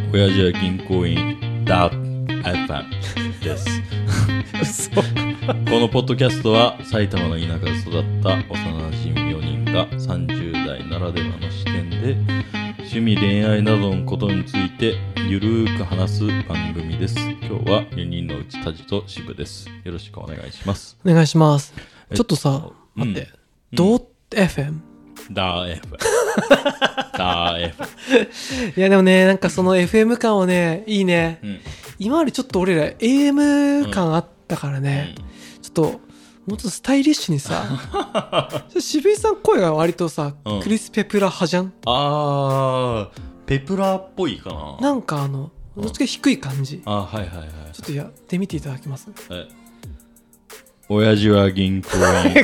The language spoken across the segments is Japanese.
親父は銀行員だ FM ですこのポッドキャストは埼玉の田舎で育った幼馴染4人が30代ならではの視点で趣味恋愛などのことについてゆるーく話す番組です。今日は4人のうちタジと渋です。よろしくお願いします。 お願いします。ちょっとさ、待って、ドー FM？ だ FM だ FM いやでもね、なんかその FM 感はね、いいね、今までちょっと俺ら AM 感あったからね、ちょっともうちょっとスタイリッシュにさ渋井さん声が割とさ、クリス・ペプラ派じゃん。 ペプラっぽいかな。 なんかどっちか低い感じ。 はいはいはい。 ちょっとやってみていただけます？ 親父は銀行員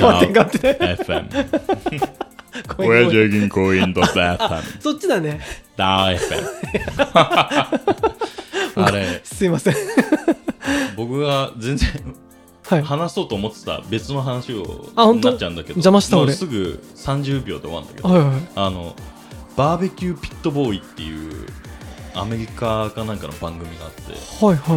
FM 親父は銀行員FM そっちだね。 だ FM あれすいません僕が全然話そうと思ってた別の話をなっちゃうんだけど、 邪魔した俺。 もうすぐ30秒で終わるんだけど、バーベキューピットボーイっていうアメリカかなんかの番組があって、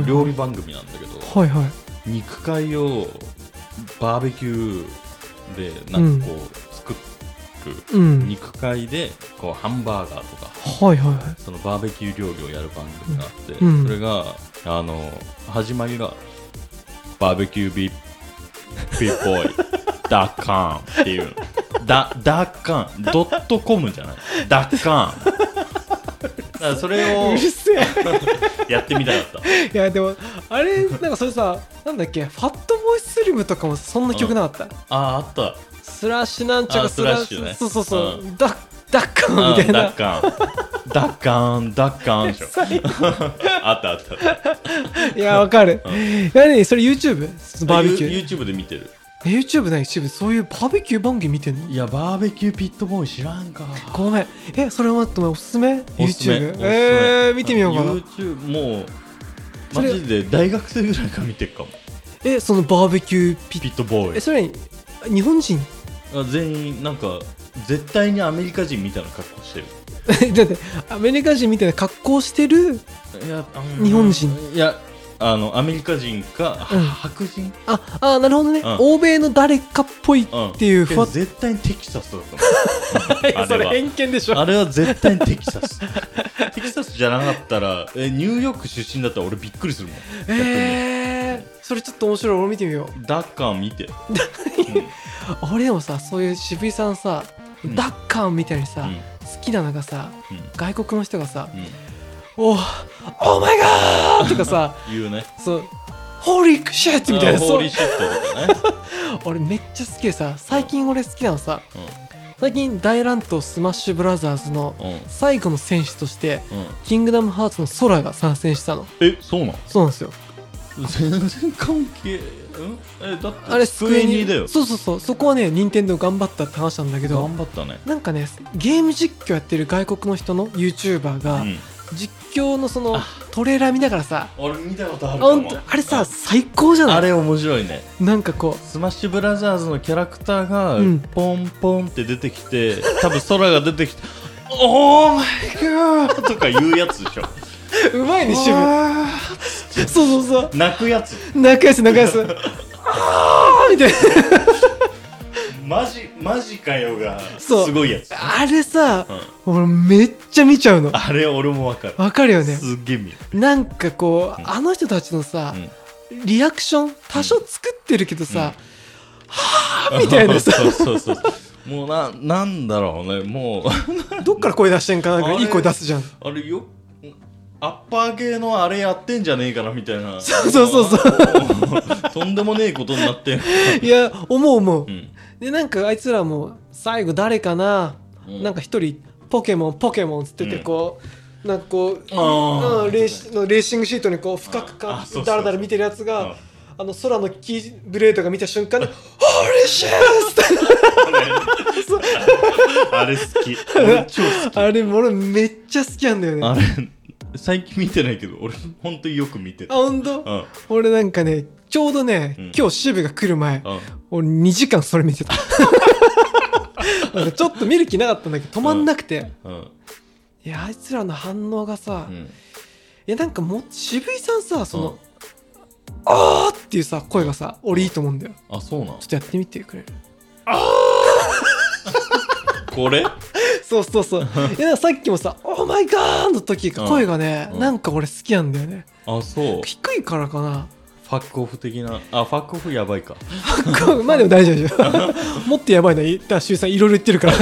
料理番組なんだけど、肉塊をバーベキューでなんかこう作る、肉塊でこうハンバーガーとか、そのバーベキュー料理をやる番組があって、それが始まりがバーベキュービーボーイダッカーンっていうダッカーンドットコムじゃないダッカーンだからそれをやってみたかった。 いやでもあれなんかそれさ、なんだっけ、ファットボーイスリムとかもそんな曲なかった？ あったスラッシュなんちゃらスラッシュね。そう、ダッカーンみたいな。 ダッカーンでしょあったいやわかる。いやね、それ YouTube？ バーベキュー YouTube で見てる。 YouTube ないし、そういうバーベキュー番組見てんの？ いやバーベキューピットボーイ知らんか。 ごめん。それはおすすめ？ YouTube？ 見てみようかな。 YouTube もうマジで大学生ぐらいから見てるかも。 そのバーベキューピットボーイそれ日本人？ 全員なんか絶対にアメリカ人みたいな格好してるだってアメリカ人みたいな格好してる日本人？ いやアメリカ人か、白人。 なるほどね、欧米の誰かっぽいっていう、 絶対にテキサスだと思うそれ偏見でしょ。 あれは絶対にテキサステキサスじゃなかったらニューヨーク出身だったら俺びっくりするもん。 それちょっと面白い。俺見てみよう。 ダッカーン見て俺でもさ、そういう渋井さんさ、ダッカーンみたいにさ、好きなのがさ、外国の人がさ、オーマイガーとかさ言うね。 そう、ホーリーシェットみたいな。 ホーリーシェットとかね俺めっちゃ好きでさ、最近俺好きなのさ、最近大乱闘スマッシュブラザーズの最後の戦士として、キングダムハーツのソラが参戦したの。 そうなの？ そうなんですよ。 全然関係だってあれスクエニだよ。 そうそこはね、任天堂頑張ったって話なんだけど、 頑張ったね。 なんかね、ゲーム実況やってる外国の人の YouTuber が、実況のそのトレーラー見ながらさ、 俺見たことあるかも。 あれさ、最高じゃない？ あれ面白いね。 なんかこうスマッシュブラザーズのキャラクターがポンポンって出てきて、多分空が出てきてオーマイガーとか言うやつでしょうまいね、渋い。そう泣くやつあーみたいなマジかよがすごいやつ。 あれさ、俺めっちゃ見ちゃうの。 あれ俺もわかるよね。 すっげえ見る。 なんかこう、あの人たちのさ、リアクション多少作ってるけどさ、はぁみたいなさそうもうなんだろうね、もうどっから声出してんかなんかいい声出すじゃん。 あれよ、アッパー系のあれやってんじゃねえかなみたいな。 そうとんでもねえことになってんいや思う、でなんかあいつらも最後誰かな、なんか一人ポケモンつってて、こうなんかこう、レーシングシートにこう深くかだらだら見てるやつが、空のキーブレードが見た瞬間にホーリーシェーあれ好き。俺超好き。 あれ俺めっちゃ好きなんだよね。 あれ最近見てないけど俺本当によく見てる。 本当？俺なんかね、ちょうどね、今日渋が来る前、俺2時間それ見てたなんかちょっと見る気なかったんだけど止まんなくて、いやあいつらの反応がさ、 いやなんかも渋井さんさその、あーっていうさ声がさ俺いいと思うんだよ。 あ、そうなん。ちょっとやってみてくれる？ あーこれそうそうそういやさっきもさオーマイガーの時声がね、なんか俺好きなんだよね。 あ、そう。 低いからかな。 ファックオフ的な。あ、ファックオフやばいか。 ファックオフまあでも大丈夫でしょもっとやばいな。シュウさんいろいろ言ってるから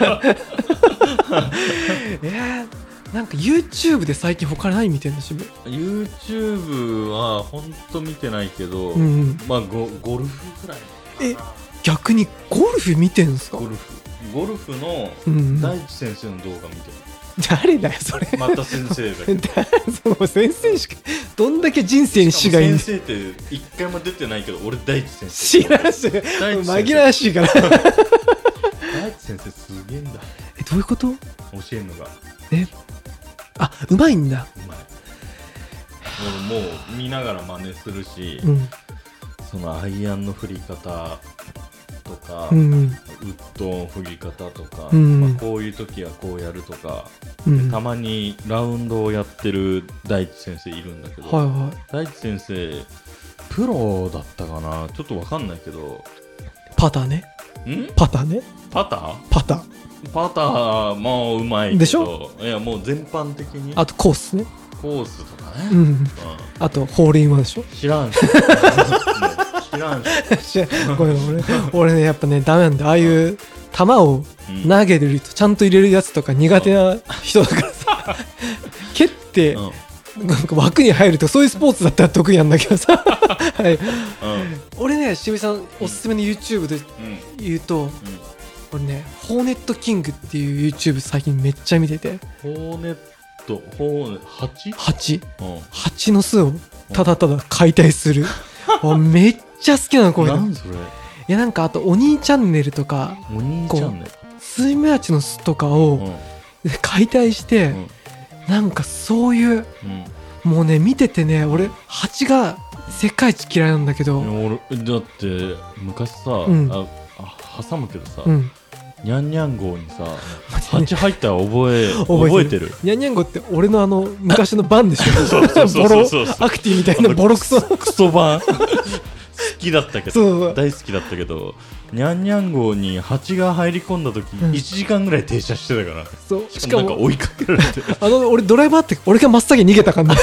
なんか YouTube で最近他何見てんの？渋 YouTube はほんと見てないけど、まあゴルフぐらい。 逆にゴルフ見てんすか？ ゴルフの大地先生の動画見てる。 誰だよそれ。 また先生だけどその先生しかどんだけ人生に死がいいんだ。 先生って一回も出てないけど俺大地先生知らんし紛らわしいから大地先生すげえんだ。 どういうこと？教えるのがあ、うまいんだ。 うまい。俺もう見ながら真似するし、そのアイアンの振り方とか、ウッドの振り方とか、まあ、こういう時はこうやるとか、たまにラウンドをやってる大地先生いるんだけど、大地先生プロだったかな、ちょっと分かんないけど。 パターね。パターね。 パターパターもうまいけどでしょ。いやもう全般的に。 あとコースね。 コースとかね。 あとホールインワンでしょ。 知らんしごめん俺ねやっぱねダメなんだ。ああいう球を投げるとちゃんと入れるやつとか苦手な人だからさ蹴ってなんか枠に入るとそういうスポーツだったら得意なんだけどさはい、俺ね渋井さんおすすめの YouTube で言うと、俺ねホーネットキングっていう YouTube 最近めっちゃ見てて。 ホーネット蜂の巣をただただ解体するめっちゃ好きなのこれ。 何それ？いやなんかあとお兄チャンネルとかお兄チャンネルスズメバチの巣とかを解体して、なんかそういう、もうね見ててね俺蜂が世界一嫌いなんだけど。 俺だって昔さ、挟むけどさ、ニャンニャン号にさ蜂入ったら覚えてる。 ニャンニャン号って俺の昔のバンでしょボロアクティみたいなボロクソバン好きだったけど大好きだったけど、ニャンニャン号に蜂が入り込んだ時1時間ぐらい停車してたから。そうしかもなんか追いかけられて俺ドライバーって俺が真っ先に逃げたから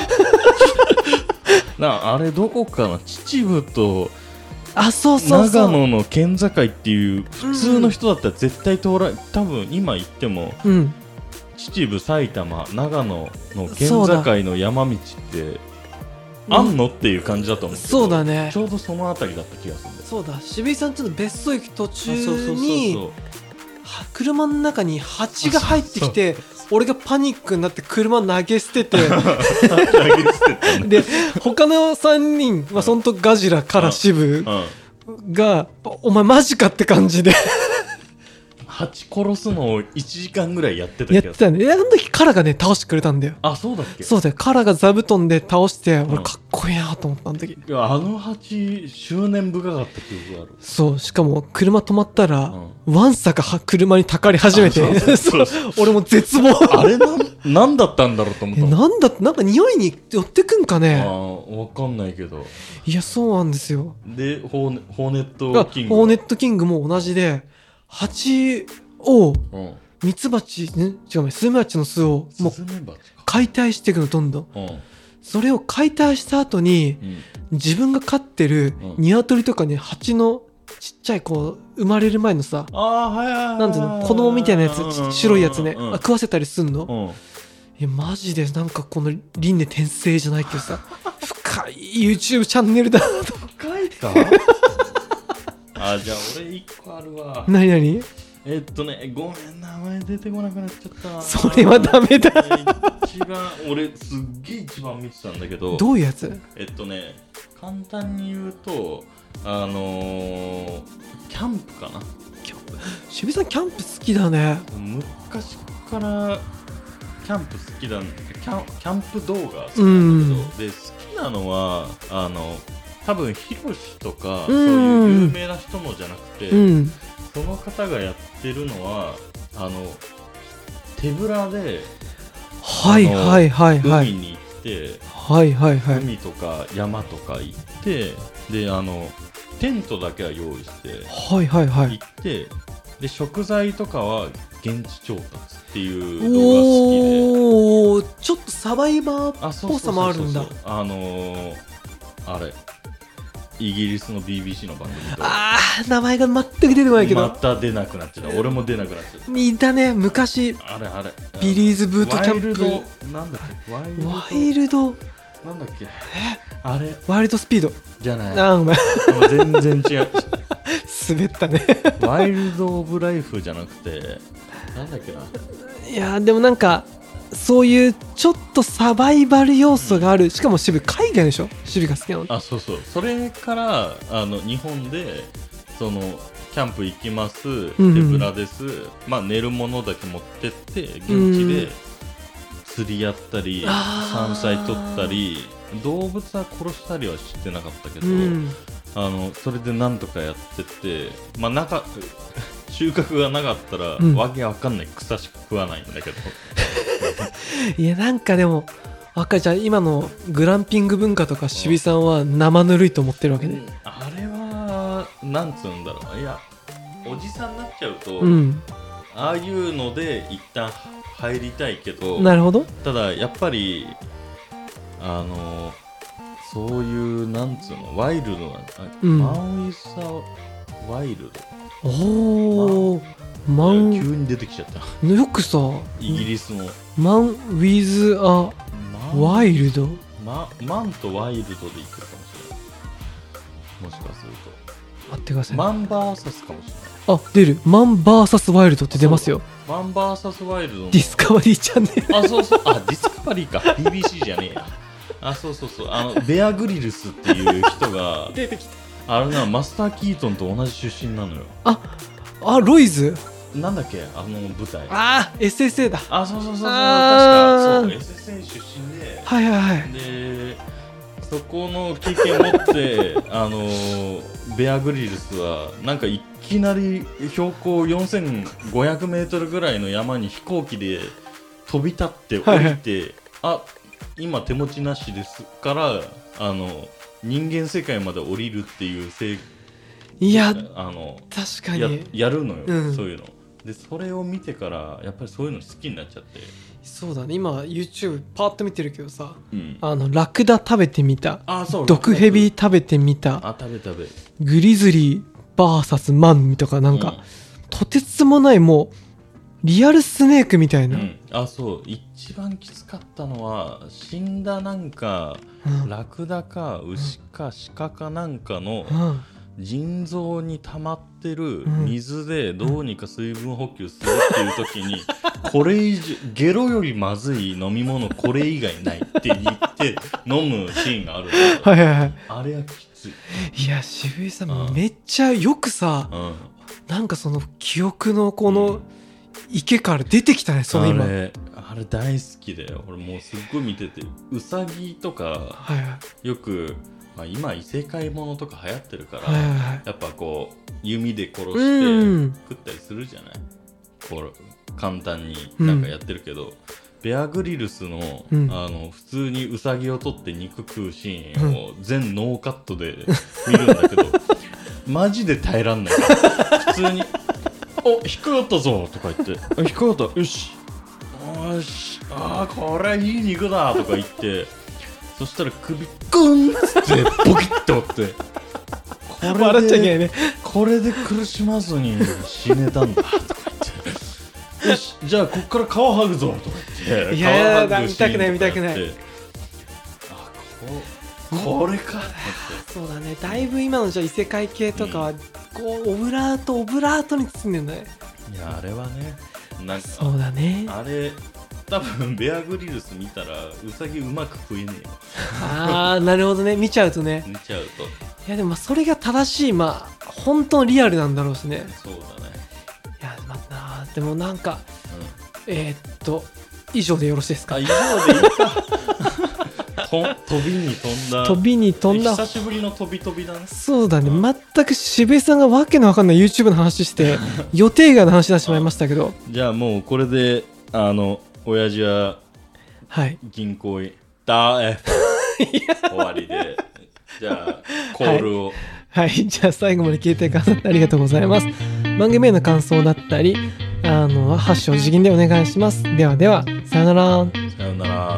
あれどこかな、秩父とそう長野の県境っていう普通の人だったら絶対通ら多分今行っても、秩父埼玉長野の県境の山道ってあんのっていう感じだと思うけど、 そうだね、 ちょうどその辺りだった気がするんだよ。 そうだ、渋井さんちょっと別荘行く途中に車の中に蜂が入ってきて、俺がパニックになって車投げ捨ててで他の3人はその時ガジラから渋がお前マジかって感じで蜂殺すのを1時間ぐらいやってた気がする。 やってたね。あの時カラがね倒してくれたんだよ。 あ、そうだっけ。 そうだよ、カラが座布団で倒して、俺かっこいいなと思ったあの時。 いや、あの蜂執念深かった記憶がある。 そう、しかも車止まったら、わんさか車にたかり始めて俺も絶望あれなんだったんだろうと思った。 なんか匂いに寄ってくんかね。 わかんないけど。 いや、そうなんですよ。 でホーネットキング、 ホーネットキングも同じで、蜂をミツバチ、ね、違うね、スズメバチの巣をもう解体していくの、どんどん。それを解体した後に、自分が飼ってる鶏とかね、蜂のちっちゃいこう生まれる前のさ、なんていうの、子供みたいなやつ、白いやつね、食わせたりすんの。いやマジでなんかこの輪廻転生じゃないけどさ、深い YouTube チャンネルだなと。 深いかじゃあ俺1個あるわ。 何ごめん、名前出てこなくなっちゃった。 それはダメだ俺すっげえ一番見てたんだけど。 どういうやつ？ 簡単に言うとキャンプかな。 渋井さんキャンプ好きだね。 昔からキャンプ好きだね。キャンプ動画好きなんだけど、で好きなのは多分ヒロシとか、そういう有名な人のじゃなくて、その方がやってるのは手ぶらではいはいはいはい。 海に行って、 はいはいはい。 海とか山とか行って、でテントだけは用意して、 はいはいはい。 行って、で食材とかは現地調達っていう動画好きで、ちょっとサバイバーっぽさもあるんだ。 あれイギリスの BBC の番組と、 名前が全く出てこないけど、 また出なくなっちゃった。俺も出なくなっちゃった。 いたね昔。 あれビリーズブートキャンプ、 なんだっけ、ワイルドなんだっけ、あれワイルドスピードじゃない。 ごめん全然違う。 滑ったねワイルドオブライフじゃなくて、なんだっけな。 いやでもなんかそういうちょっとサバイバル要素がある、しかも渋海外でしょ、渋が好きなの。 そうそう、それから日本でそのキャンプ行きます、手ぶらです、寝るものだけ持ってって現地で釣りやったり、山菜取ったり、動物は殺したりはしてなかったけど、それでなんとかやってて、収穫がなかったら、わけわかんない草しか食わないんだけどいやなんかでもじゃあ今のグランピング文化とか渋井さんは生ぬるいと思ってるわけで、 あれはなんつうんだろう、いやおじさんになっちゃうと、ああいうので一旦入りたいけど、 なるほど。ただやっぱりそういうなんつうのワイルドな、マン・ウィス・ア・ワイルド、急に出てきちゃった。 よくさ、 イギリスのマン・ウィズ・ア・ワイルド、 マンとワイルドでいけるかもしれない。もしかすると待ってください、 マンバーサスかもしれない。 出る、マンバーサスワイルドって出ますよ。 マンバーサスワイルドのディスカバリーチャンネル。 そうそうディスカバリーかBBC じゃねえや。そうベアグリルスっていう人が出てきた。 マスター・キートンと同じ出身なのよ。 ロイズなんだっけ舞台。 SSA だ。 そう確かそう SSA 出身で、でそこの経験を持ってベアグリルスはなんかいきなり標高4500メートルぐらいの山に飛行機で飛び立って降りて、今手持ちなしですから人間世界まで降りるっていういや確かにやるのよ、そういうので、それを見てからやっぱりそういうの好きになっちゃって。 そうだね、今 YouTube パーッと見てるけどさ、ラクダ食べてみた、毒ヘビ食べてみた、グリズリー VS マンとかなんか、とてつもないもうリアルスネークみたいな、 そう一番きつかったのは死んだなんか、ラクダか牛か鹿かなんかの、腎臓に溜まってる水でどうにか水分補給するっていう時に、これ以上ゲロよりまずい飲み物これ以外ないって言って飲むシーンがあるんだよ。あれはきつい。 いや渋井さん、めっちゃよくさ、なんかその記憶のこの池から出てきたね。その今あれ大好きだよ。俺もうすっごい見てて、ウサギとか、よく今異世界ものとか流行ってるから、やっぱこう弓で殺して食ったりするじゃない、こう簡単になんかやってるけど、ベアグリルスの、普通にウサギを取って肉食うシーンを全ノーカットで見るんだけど、マジで耐えらんない。普通に引っかかったぞとか言って、引っかかった、よしこれいい肉だとか言って、そしたら首グンってボキッて折って、 笑っちゃいけないね。 これで苦しまずに死ねたんだとか言って、よしじゃあこっから皮剥ぐぞとか言って、 いや見たくない見たくない。 これか。 そうだね、だいぶ今のじゃ異世界系とかは、こうオブラートに包んでるんだね。 いやあれはね、なんかそうだね、 あれ多分ベアグリルス見たらウサギうまく食えねえよ。 なるほどね、見ちゃうとね。 見ちゃうと。 いやでもそれが正しい、本当のリアルなんだろうしね。 そうだね。 いやでもなんか、以上でよろしいですか。 以上でいいか。飛びに飛んだ久しぶりの飛びだね。 そうだね、全く渋井さんがわけのわかんない YouTube の話して予定外の話出してしまいましたけど、 じゃあもうこれで親父ははい、 銀行へだ終わりで、じゃあコールを、 はい、じゃあ最後まで聞いてくださってありがとうございます。番組への感想だったり、ハッシュを次元でお願いします。ではでは、さよなら。 さよなら。